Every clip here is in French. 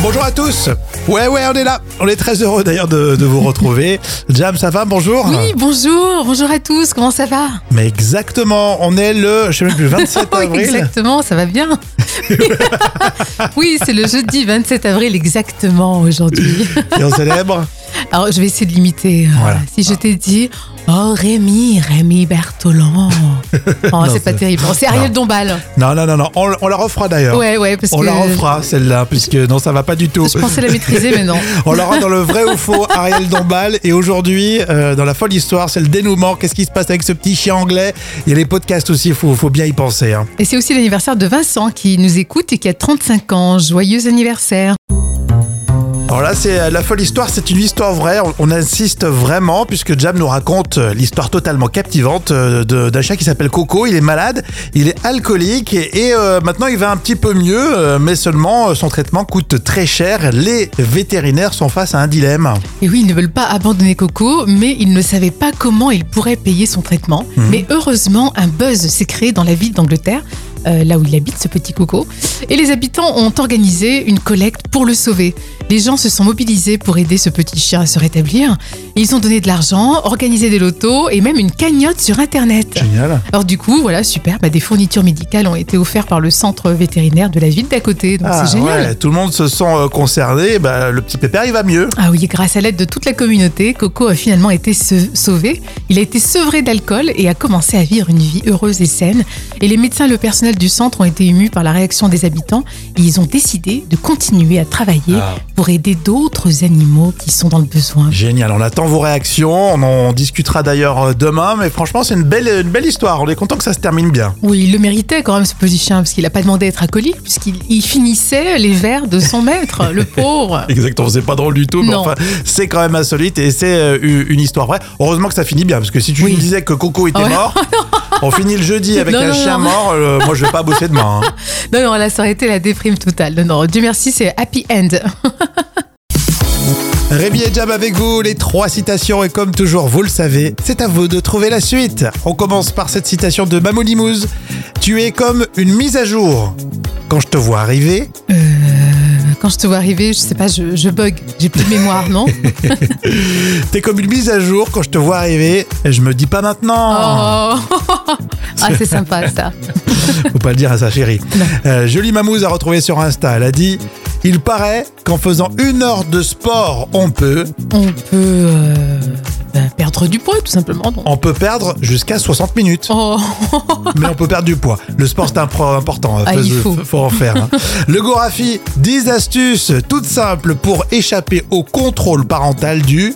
Bonjour à tous. Ouais, on est là. On est très heureux d'ailleurs de vous retrouver. Jam, ça va? Bonjour. Oui, bonjour à tous. Comment ça va? Mais exactement, on est le 27 avril. Exactement, ça va bien. Oui, c'est le jeudi 27 avril exactement aujourd'hui. Et on célèbre. Alors, je vais essayer de l'imiter. Voilà. Si je t'ai dit, oh Rémi Bertholon. Oh, Non, c'est pas terrible. C'est Ariel Dombal. Non. On la refera d'ailleurs. Ouais, parce On que la refera celle-là, puisque non, ça va pas du tout. je pensais la maîtriser, mais non. On l'aura dans le vrai ou faux Ariel Dombal. Et aujourd'hui, dans la folle histoire, c'est le dénouement. Qu'est-ce qui se passe avec ce petit chien anglais? Il y a les podcasts aussi, il faut bien y penser. Hein. Et c'est aussi l'anniversaire de Vincent qui nous écoute et qui a 35 ans. Joyeux anniversaire. Alors là, c'est la folle histoire, c'est une histoire vraie. On insiste vraiment, puisque Jam nous raconte l'histoire totalement captivante d'un chien qui s'appelle Coco. Il est malade, il est alcoolique et maintenant il va un petit peu mieux, mais seulement son traitement coûte très cher. Les vétérinaires sont face à un dilemme. Et oui, ils ne veulent pas abandonner Coco, mais ils ne savaient pas comment ils pourraient payer son traitement. Mais heureusement, un buzz s'est créé dans la ville d'Angleterre, là où il habite, ce petit Coco. Et les habitants ont organisé une collecte pour le sauver. Les gens se sont mobilisés pour aider ce petit chien à se rétablir. Ils ont donné de l'argent, organisé des lotos et même une cagnotte sur Internet. Génial. Alors du coup, voilà, super, des fournitures médicales ont été offertes par le centre vétérinaire de la ville d'à côté. Donc c'est génial. Ouais, tout le monde se sent concerné. Le petit pépère, il va mieux. Ah oui, grâce à l'aide de toute la communauté, Coco a finalement été sauvé. Il a été sevré d'alcool et a commencé à vivre une vie heureuse et saine. Et les médecins et le personnel du centre ont été émus par la réaction des habitants et ils ont décidé de continuer à travailler pour aider d'autres animaux qui sont dans le besoin. Génial, on attend vos réactions. On en discutera d'ailleurs demain. Mais franchement, c'est une belle histoire. On est content que ça se termine bien. Oui, il le méritait quand même, ce petit chien, parce qu'il n'a pas demandé à être alcoolique, puisqu'il finissait les verres de son maître, le pauvre. Exactement, c'est pas drôle du tout, mais enfin, c'est quand même insolite et c'est une histoire vraie. Heureusement que ça finit bien, parce que si tu me disais que Coco était mort, on finit le jeudi avec un chien mort, moi je vais pas bosser demain. Hein. Non, là ça aurait été la déprime totale. Non, Dieu merci, c'est happy end. Rémi et Jam avec vous, les 3 citations et comme toujours, vous le savez, c'est à vous de trouver la suite. On commence par cette citation de Mamou Limouz. Tu es comme une mise à jour. Quand je te vois arriver... Quand je te vois arriver, je sais pas, je bug. J'ai plus de mémoire, non? T'es comme une mise à jour quand je te vois arriver et je me dis pas maintenant. Oh. Ah, c'est sympa ça. Faut pas le dire à sa chérie. Jolie Mamouze a retrouvé sur Insta. Elle a dit: il paraît qu'en faisant 1 heure de sport, on peut perdre du poids, tout simplement. Donc. On peut perdre jusqu'à 60 minutes. Oh. Mais on peut perdre du poids. Le sport, c'est important. Il faut en faire. Hein. Le Gorafi, 10 astuces toutes simples pour échapper au contrôle parental du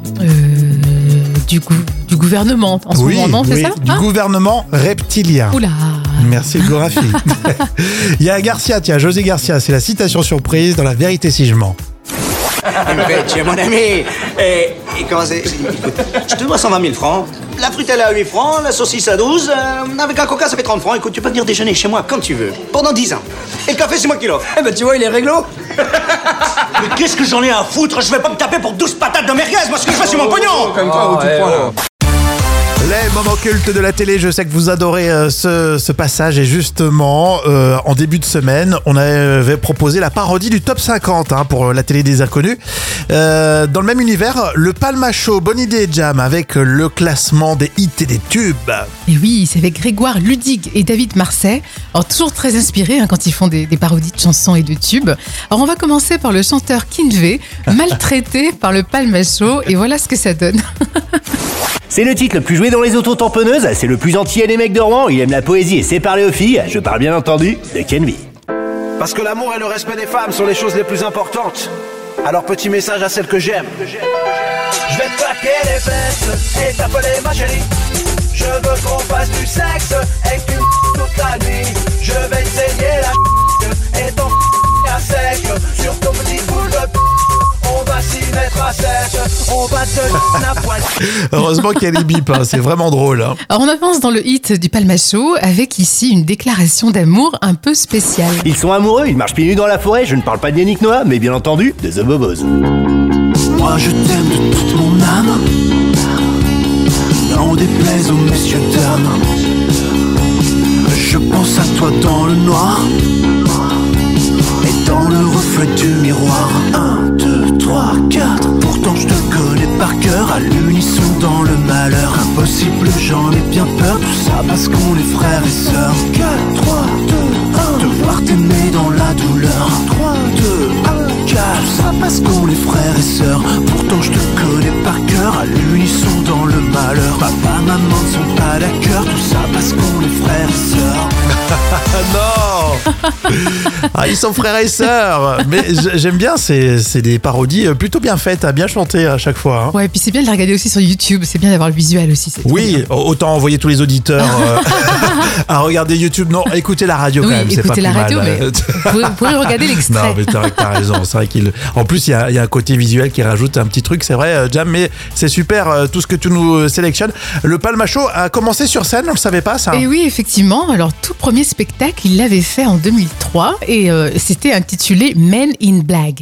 gouvernement en ce moment, non? C'est ça? Du gouvernement reptilien. Oula. Merci le Gorafi. Il y a Garcia, José Garcia, c'est la citation surprise dans La Vérité si je mens. Tu es mon ami. Et comment c'est? Écoute, je te dois 120 000 francs. La frite, elle est à 8 francs, la saucisse à 12. Avec un coca, ça fait 30 francs. Écoute, tu peux venir déjeuner chez moi quand tu veux. Pendant 10 ans. Et le café, c'est moi qui l'offre. Tu vois, il est réglo. Mais qu'est-ce que j'en ai à foutre? Je vais pas me taper pour 12 patates de merguez. Moi, ce que je fais, c'est mon pognon. Comme toi, où tu prends, là. Les moments cultes de la télé, je sais que vous adorez ce passage et justement, en début de semaine, on avait proposé la parodie du top 50 pour la télé des inconnus. Dans le même univers, le Palma Show, bonne idée Jam, avec le classement des hits et des tubes. Et oui, c'est avec Grégoire Ludig et David Marseille. Alors toujours très inspirés quand ils font des parodies de chansons et de tubes. Alors on va commencer par le chanteur Kinvey, maltraité par le Palma Show, et voilà ce que ça donne. C'est le titre le plus joué dans les auto-tamponneuses, c'est le plus entier des mecs de Rouen, il aime la poésie et sait parler aux filles, je parle bien entendu de Kenvy. Parce que l'amour et le respect des femmes sont les choses les plus importantes. Alors petit message à celles que j'aime. Je vais te claquer les fesses et t'appeler ma chérie. Je veux qu'on fasse du sexe et que tu toute la nuit. Je vais te saigner la et ton à sec sur ton petit boule de on va s'y mettre à sec, on va te la poêle. Heureusement qu'il y a les bips, c'est vraiment drôle. Alors on avance dans le hit du Palma Show avec ici une déclaration d'amour un peu spéciale. Ils sont amoureux, ils marchent pieds nus dans la forêt, je ne parle pas de Yannick Noah, mais bien entendu de The Bobos. Moi je t'aime de toute mon âme, n'en déplaise aux messieurs dames. Je pense à toi dans le noir, et dans le reflet du miroir. 1, 2, 3, 4. Pourtant je te connais par cœur, à l'unisson dans le malheur. Impossible, j'en ai bien peur, tout ça parce qu'on est frères et sœurs. 4, 3, 2, 1. Devoir t'aimer dans la douleur. 3, 2, 1, 4. Tout ça parce qu'on est frères et sœurs. Pourtant je te connais par cœur, à l'unisson dans le malheur. Papa, maman ne sont pas d'accord, tout ça parce qu'on est frères et sœurs. Non. Ah, ils sont frères et sœurs. Mais j'aime bien, c'est des parodies plutôt bien faites, à bien chanter à chaque fois. Hein. Ouais, et puis c'est bien de les regarder aussi sur YouTube, c'est bien d'avoir le visuel aussi. C'est Oui, autant envoyer tous les auditeurs à regarder YouTube. Non, écoutez la radio quand même, c'est pas écoutez plus la radio, mal. mais vous pourrez regarder l'extrait. Non, mais t'as raison. C'est vrai en plus, il y a un côté visuel qui rajoute un petit truc, c'est vrai, Jam, mais c'est super tout ce que tu nous sélectionnes. Le Palma Show a commencé sur scène, on le savait pas ça? Et oui, effectivement. Alors, tout premier spectacle, il l'avait fait en 2003 et c'était intitulé Men in Black.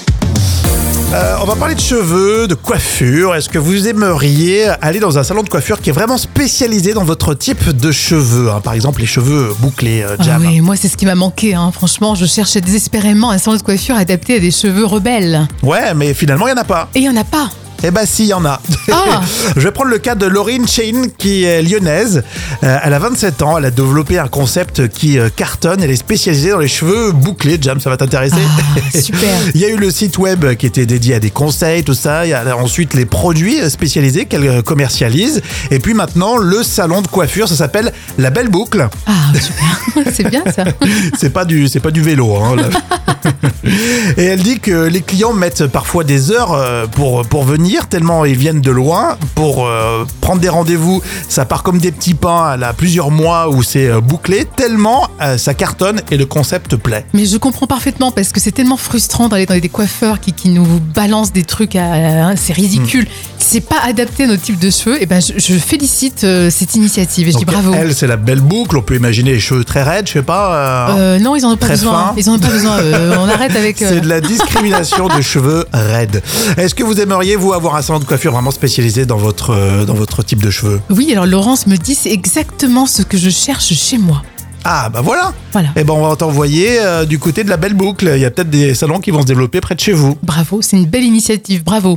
On va parler de cheveux, de coiffure. Est-ce que vous aimeriez aller dans un salon de coiffure qui est vraiment spécialisé dans votre type de cheveux, hein? Par exemple, les cheveux bouclés, Jam. Ah oui, moi, c'est ce qui m'a manqué. Hein. Franchement, je cherchais désespérément un salon de coiffure adapté à des cheveux rebelles. Ouais, mais finalement, il n'y en a pas. Et il n'y en a pas. Eh ben si, il y en a. Ah. Je vais prendre le cas de Laurine Chain qui est lyonnaise. Elle a 27 ans, elle a développé un concept qui cartonne. Elle est spécialisée dans les cheveux bouclés. Jam, ça va t'intéresser? Ah, super. Il y a eu le site web qui était dédié à des conseils, tout ça. Il y a ensuite les produits spécialisés qu'elle commercialise. Et puis maintenant, le salon de coiffure, ça s'appelle La Belle Boucle. Ah, super. C'est bien ça. C'est pas du vélo, hein, là. Et elle dit que les clients mettent parfois des heures pour venir, tellement ils viennent de loin. Pour prendre des rendez-vous, ça part comme des petits pains. Elle a plusieurs mois où c'est bouclé, tellement ça cartonne et le concept plaît. Mais je comprends parfaitement parce que c'est tellement frustrant d'aller dans des coiffeurs qui nous balancent des trucs c'est ridicule. C'est pas adapté à notre type de cheveux. Et ben je félicite cette initiative et je dis bravo. Elle, c'est la belle boucle. On peut imaginer les cheveux très raides, je sais pas. Non, ils en ont pas besoin. Fins. Ils en ont pas besoin. On arrête avec. C'est de la discrimination de cheveux raides. Est-ce que vous aimeriez, vous, avoir un salon de coiffure vraiment spécialisé dans votre type de cheveux? Oui, alors Laurence me dit c'est exactement ce que je cherche chez moi. Ah bah voilà. Voilà. Eh ben on va t'envoyer du côté de la Belle Boucle. Il y a peut-être des salons qui vont se développer près de chez vous. Bravo, c'est une belle initiative. Bravo.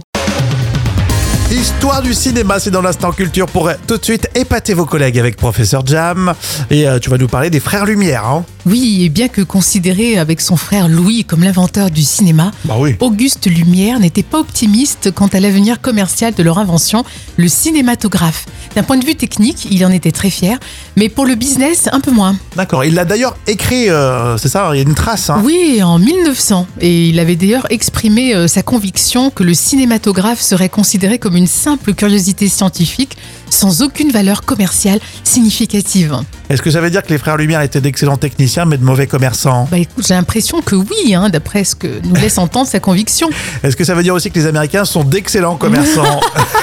Histoire du cinéma, c'est dans l'instant culture pour tout de suite épater vos collègues avec Professeur Jam. Et tu vas nous parler des Frères Lumière. Hein. Oui, et bien que considéré avec son frère Louis comme l'inventeur du cinéma, Bah oui. Auguste Lumière n'était pas optimiste quant à l'avenir commercial de leur invention, le cinématographe. D'un point de vue technique, il en était très fier, mais pour le business, un peu moins. D'accord, il l'a d'ailleurs écrit, c'est ça, il y a une trace. Hein. Oui, en 1900. Et il avait d'ailleurs exprimé sa conviction que le cinématographe serait considéré comme une simple curiosité scientifique sans aucune valeur commerciale significative. Est-ce que ça veut dire que les Frères Lumière étaient d'excellents techniciens mais de mauvais commerçants? Bah écoute, j'ai l'impression que oui, hein, d'après ce que nous laisse entendre sa conviction. Est-ce que ça veut dire aussi que les Américains sont d'excellents commerçants?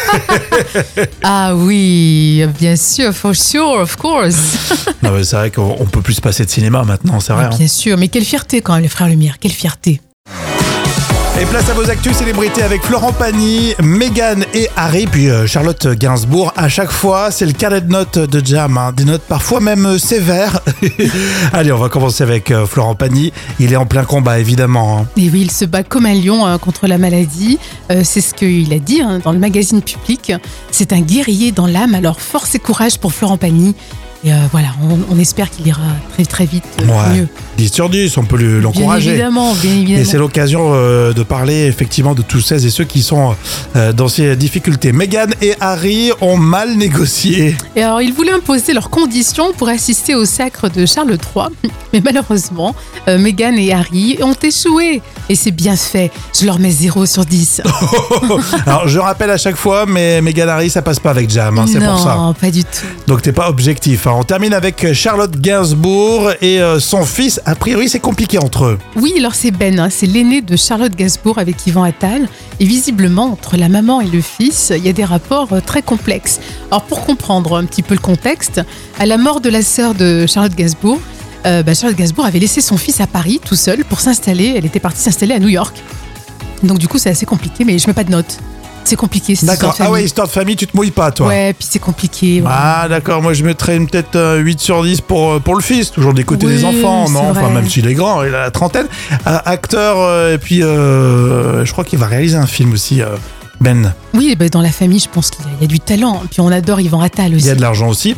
Ah oui, bien sûr, for sure, of course. Non, mais c'est vrai qu'on peut plus se passer de cinéma maintenant, c'est vrai. Hein. Bien sûr, mais quelle fierté quand même, les Frères Lumière, quelle fierté. Et place à vos actus célébrités avec Florent Pagny, Meghan et Harry, puis Charlotte Gainsbourg. À chaque fois, c'est le carnet de notes de Jam, hein, des notes parfois même sévères. Allez, on va commencer avec Florent Pagny. Il est en plein combat, évidemment. Hein. Et oui, il se bat comme un lion contre la maladie. C'est ce qu'il a dit dans le magazine Public. C'est un guerrier dans l'âme, alors force et courage pour Florent Pagny. Et voilà, on espère qu'il ira très très vite mieux. 10 sur 10, on peut l'encourager. Bien évidemment. Et c'est l'occasion de parler effectivement de tous celles et ceux qui sont dans ces difficultés. Meghan et Harry ont mal négocié. Et alors, ils voulaient imposer leurs conditions pour assister au sacre de Charles III. Mais malheureusement, Meghan et Harry ont échoué. Et c'est bien fait. Je leur mets 0 sur 10. Alors, je rappelle à chaque fois, mais Meghan et Harry, ça passe pas avec Jam. Hein, c'est pour ça. Non, pas du tout. Donc, t'es pas objectif. Hein. On termine avec Charlotte Gainsbourg et son fils. A priori, c'est compliqué entre eux. Oui, alors c'est Ben, hein, c'est l'aîné de Charlotte Gainsbourg avec Yvan Attal. Et visiblement, entre la maman et le fils, il y a des rapports très complexes. Alors pour comprendre un petit peu le contexte, à la mort de la sœur de Charlotte Gainsbourg, Charlotte Gainsbourg avait laissé son fils à Paris tout seul pour s'installer. Elle était partie s'installer à New York. Donc du coup, c'est assez compliqué, mais je mets pas de notes. C'est compliqué, c'est D'accord. Ah ouais, histoire de famille, tu te mouilles pas, toi. Ouais, puis c'est compliqué. Ouais. Ah d'accord, moi je mettrais peut-être 8 sur 10 pour le fils, toujours du côté Oui, des enfants, c'est non, enfin vrai. même s'il est grand, il a la trentaine. Acteur, et puis je crois qu'il va réaliser un film aussi, Ben. Oui, bah, dans la famille, je pense qu'il y a du talent. Puis on adore Yvan Attal aussi. Il y a de l'argent aussi.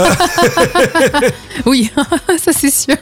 Oui, ça c'est sûr.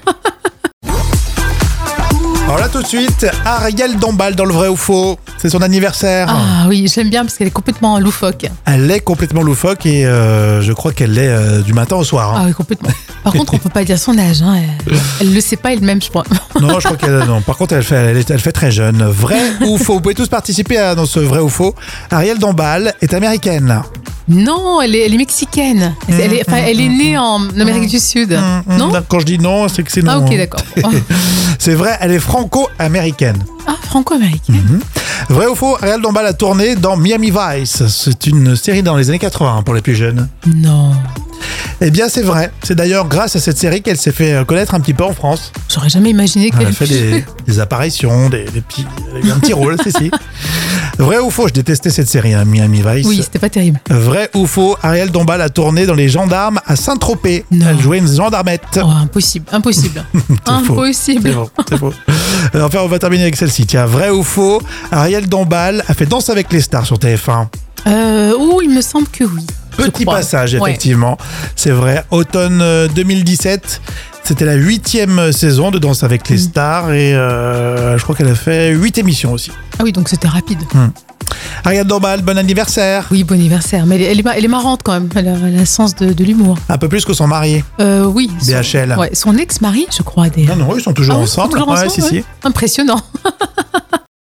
Alors là tout de suite, Ariel Dombal dans le vrai ou faux, c'est son anniversaire. Ah oui, j'aime bien parce qu'elle est complètement loufoque. Elle est complètement loufoque et je crois qu'elle l'est du matin au soir. Ah oui, complètement. Par contre, on peut pas dire son âge. Hein. Elle le sait pas elle-même, je crois. Non, je crois qu'elle non. Par contre, elle fait très jeune. Vrai ou faux? Vous pouvez tous participer dans ce vrai ou faux. Ariel Dombal est américaine. Non, elle est mexicaine. Elle est née en Amérique du Sud. Non? Quand je dis non, c'est que c'est non. Ah ok, d'accord. C'est vrai, elle est franco-américaine. Ah, franco-américaine. Vrai ou faux? Ariel Dombal a tourné dans Miami Vice. C'est une série dans les années 80 pour les plus jeunes. Non. Eh bien, c'est vrai. C'est d'ailleurs grâce à cette série qu'elle s'est fait connaître un petit peu en France. J'aurais jamais imaginé Elle qu'elle a fait des apparitions, un petit rôle, si. Vrai ou faux? Je détestais cette série, hein, Miami Vice. Oui, c'était pas terrible. Vrai ou faux? Ariel Dombal a tourné dans Les Gendarmes à Saint-Tropez. Non. Elle jouait une gendarmette. Oh, impossible. C'est faux. Impossible. C'est faux. Enfin, on va terminer avec celle-ci. Tiens, vrai ou faux? Ariel Dombal a fait Danse avec les stars sur TF1. Il me semble que oui. je Petit crois. passage, Ouais. effectivement. C'est vrai. Automne 2017. C'était la 8e saison de Danse avec les stars et je crois qu'elle a fait 8 émissions aussi. Ah oui, donc c'était rapide. Ariel Dombal, bon anniversaire. Oui, bon anniversaire. Mais elle est marrante quand même. Elle a un sens de l'humour. Un peu plus que son mari. Oui. BHL. Son ex-mari, je crois, d'ailleurs. Non, ils sont toujours Ah oui, ensemble. toujours Ouais, ensemble, si. Impressionnant.